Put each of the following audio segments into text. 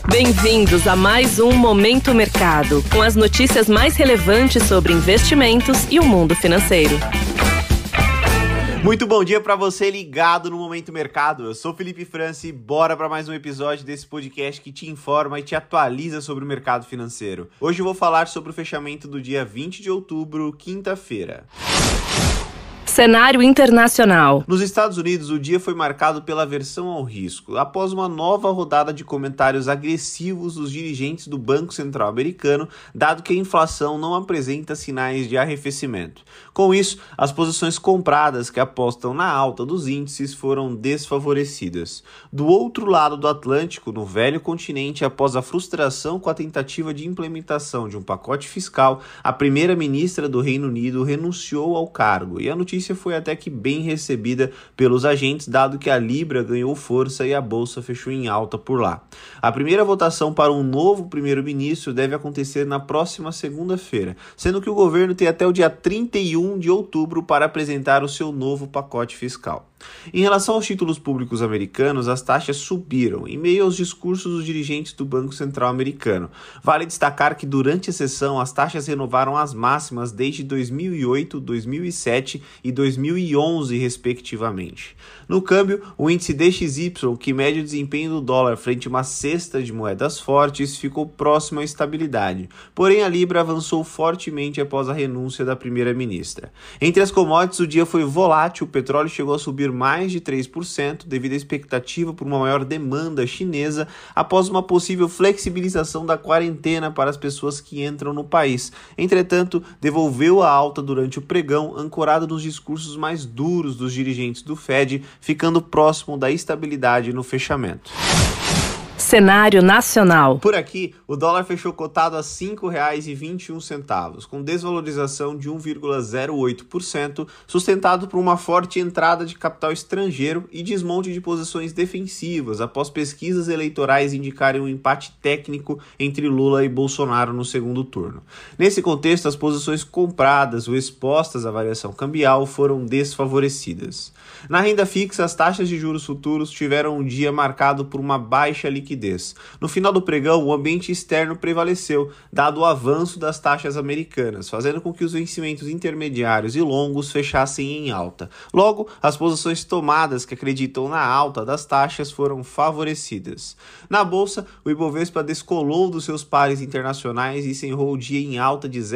Bem-vindos a mais um Momento Mercado, com as notícias mais relevantes sobre investimentos e o mundo financeiro. Muito bom dia para você ligado no Momento Mercado. Eu sou Felipe França e bora para mais um episódio desse podcast que te informa e te atualiza sobre o mercado financeiro. Hoje eu vou falar sobre o fechamento do dia 20 de outubro, quinta-feira. Cenário internacional. Nos Estados Unidos, o dia foi marcado pela aversão ao risco, após uma nova rodada de comentários agressivos dos dirigentes do Banco Central americano, dado que a inflação não apresenta sinais de arrefecimento. Com isso, as posições compradas que apostam na alta dos índices foram desfavorecidas. Do outro lado do Atlântico, no velho continente, após a frustração com a tentativa de implementação de um pacote fiscal, a primeira-ministra do Reino Unido renunciou ao cargo e a notícia foi até que bem recebida pelos agentes, dado que a Libra ganhou força e a bolsa fechou em alta por lá. A primeira votação para um novo primeiro-ministro deve acontecer na próxima segunda-feira, sendo que o governo tem até o dia 31 de outubro para apresentar o seu novo pacote fiscal. Em relação aos títulos públicos americanos, as taxas subiram em meio aos discursos dos dirigentes do Banco Central americano. Vale destacar que durante a sessão as taxas renovaram as máximas desde 2008, 2007 e 2011, respectivamente. No câmbio, o índice DXY, que mede o desempenho do dólar frente a uma cesta de moedas fortes, ficou próximo à estabilidade. Porém, a Libra avançou fortemente após a renúncia da primeira-ministra. Entre as commodities, o dia foi volátil. O petróleo chegou a subir mais de 3% devido à expectativa por uma maior demanda chinesa após uma possível flexibilização da quarentena para as pessoas que entram no país. Entretanto, devolveu a alta durante o pregão, ancorado nos discursos mais duros dos dirigentes do Fed, ficando próximo da estabilidade no fechamento. Cenário nacional. Por aqui, o dólar fechou cotado a R$ 5,21, com desvalorização de 1,08%, sustentado por uma forte entrada de capital estrangeiro e desmonte de posições defensivas, após pesquisas eleitorais indicarem um empate técnico entre Lula e Bolsonaro no segundo turno. Nesse contexto, as posições compradas ou expostas à variação cambial foram desfavorecidas. Na renda fixa, as taxas de juros futuros tiveram um dia marcado por uma baixa liquidez. No final do pregão, o ambiente externo prevaleceu, dado o avanço das taxas americanas, fazendo com que os vencimentos intermediários e longos fechassem em alta. Logo, as posições tomadas que acreditam na alta das taxas foram favorecidas. Na bolsa, o Ibovespa descolou dos seus pares internacionais e encerrou o dia em alta de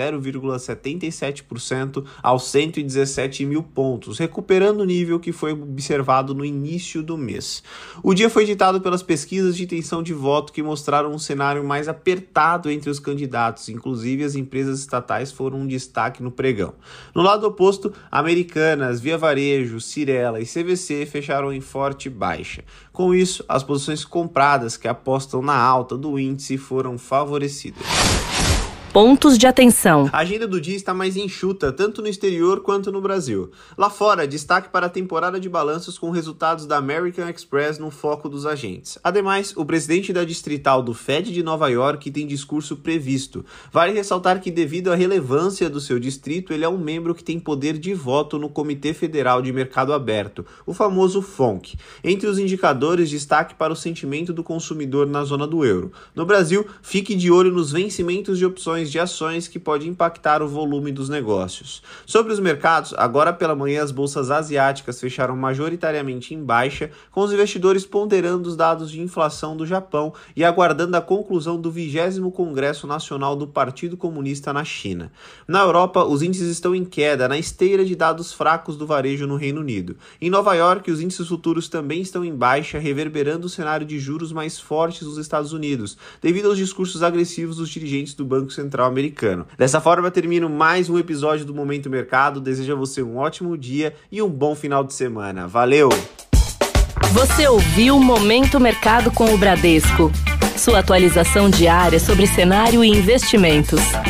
0,77% aos 117 mil pontos, recuperando o nível que foi observado no início do mês. O dia foi ditado pelas pesquisas de intenção de voto que mostraram um cenário mais apertado entre os candidatos, inclusive as empresas estatais foram um destaque no pregão. No lado oposto, Americanas, Via Varejo, Cyrela e CVC fecharam em forte baixa. Com isso, as posições compradas que apostam na alta do índice foram favorecidas. Pontos de atenção. A agenda do dia está mais enxuta, tanto no exterior quanto no Brasil. Lá fora, destaque para a temporada de balanços com resultados da American Express no foco dos agentes. Ademais, o presidente da distrital do Fed de Nova York tem discurso previsto. Vale ressaltar que, devido à relevância do seu distrito, ele é um membro que tem poder de voto no Comitê Federal de Mercado Aberto, o famoso FONC. Entre os indicadores, destaque para o sentimento do consumidor na zona do euro. No Brasil, fique de olho nos vencimentos de opções de ações que pode impactar o volume dos negócios. Sobre os mercados, agora pela manhã as bolsas asiáticas fecharam majoritariamente em baixa, com os investidores ponderando os dados de inflação do Japão e aguardando a conclusão do 20º Congresso Nacional do Partido Comunista na China. Na Europa, os índices estão em queda na esteira de dados fracos do varejo no Reino Unido. Em Nova York, os índices futuros também estão em baixa, reverberando o cenário de juros mais fortes dos Estados Unidos, devido aos discursos agressivos dos dirigentes do Banco Central americano. Dessa forma, termino mais um episódio do Momento Mercado. Desejo a você um ótimo dia e um bom final de semana. Valeu! Você ouviu Momento Mercado com o Bradesco. Sua atualização diária sobre cenário e investimentos.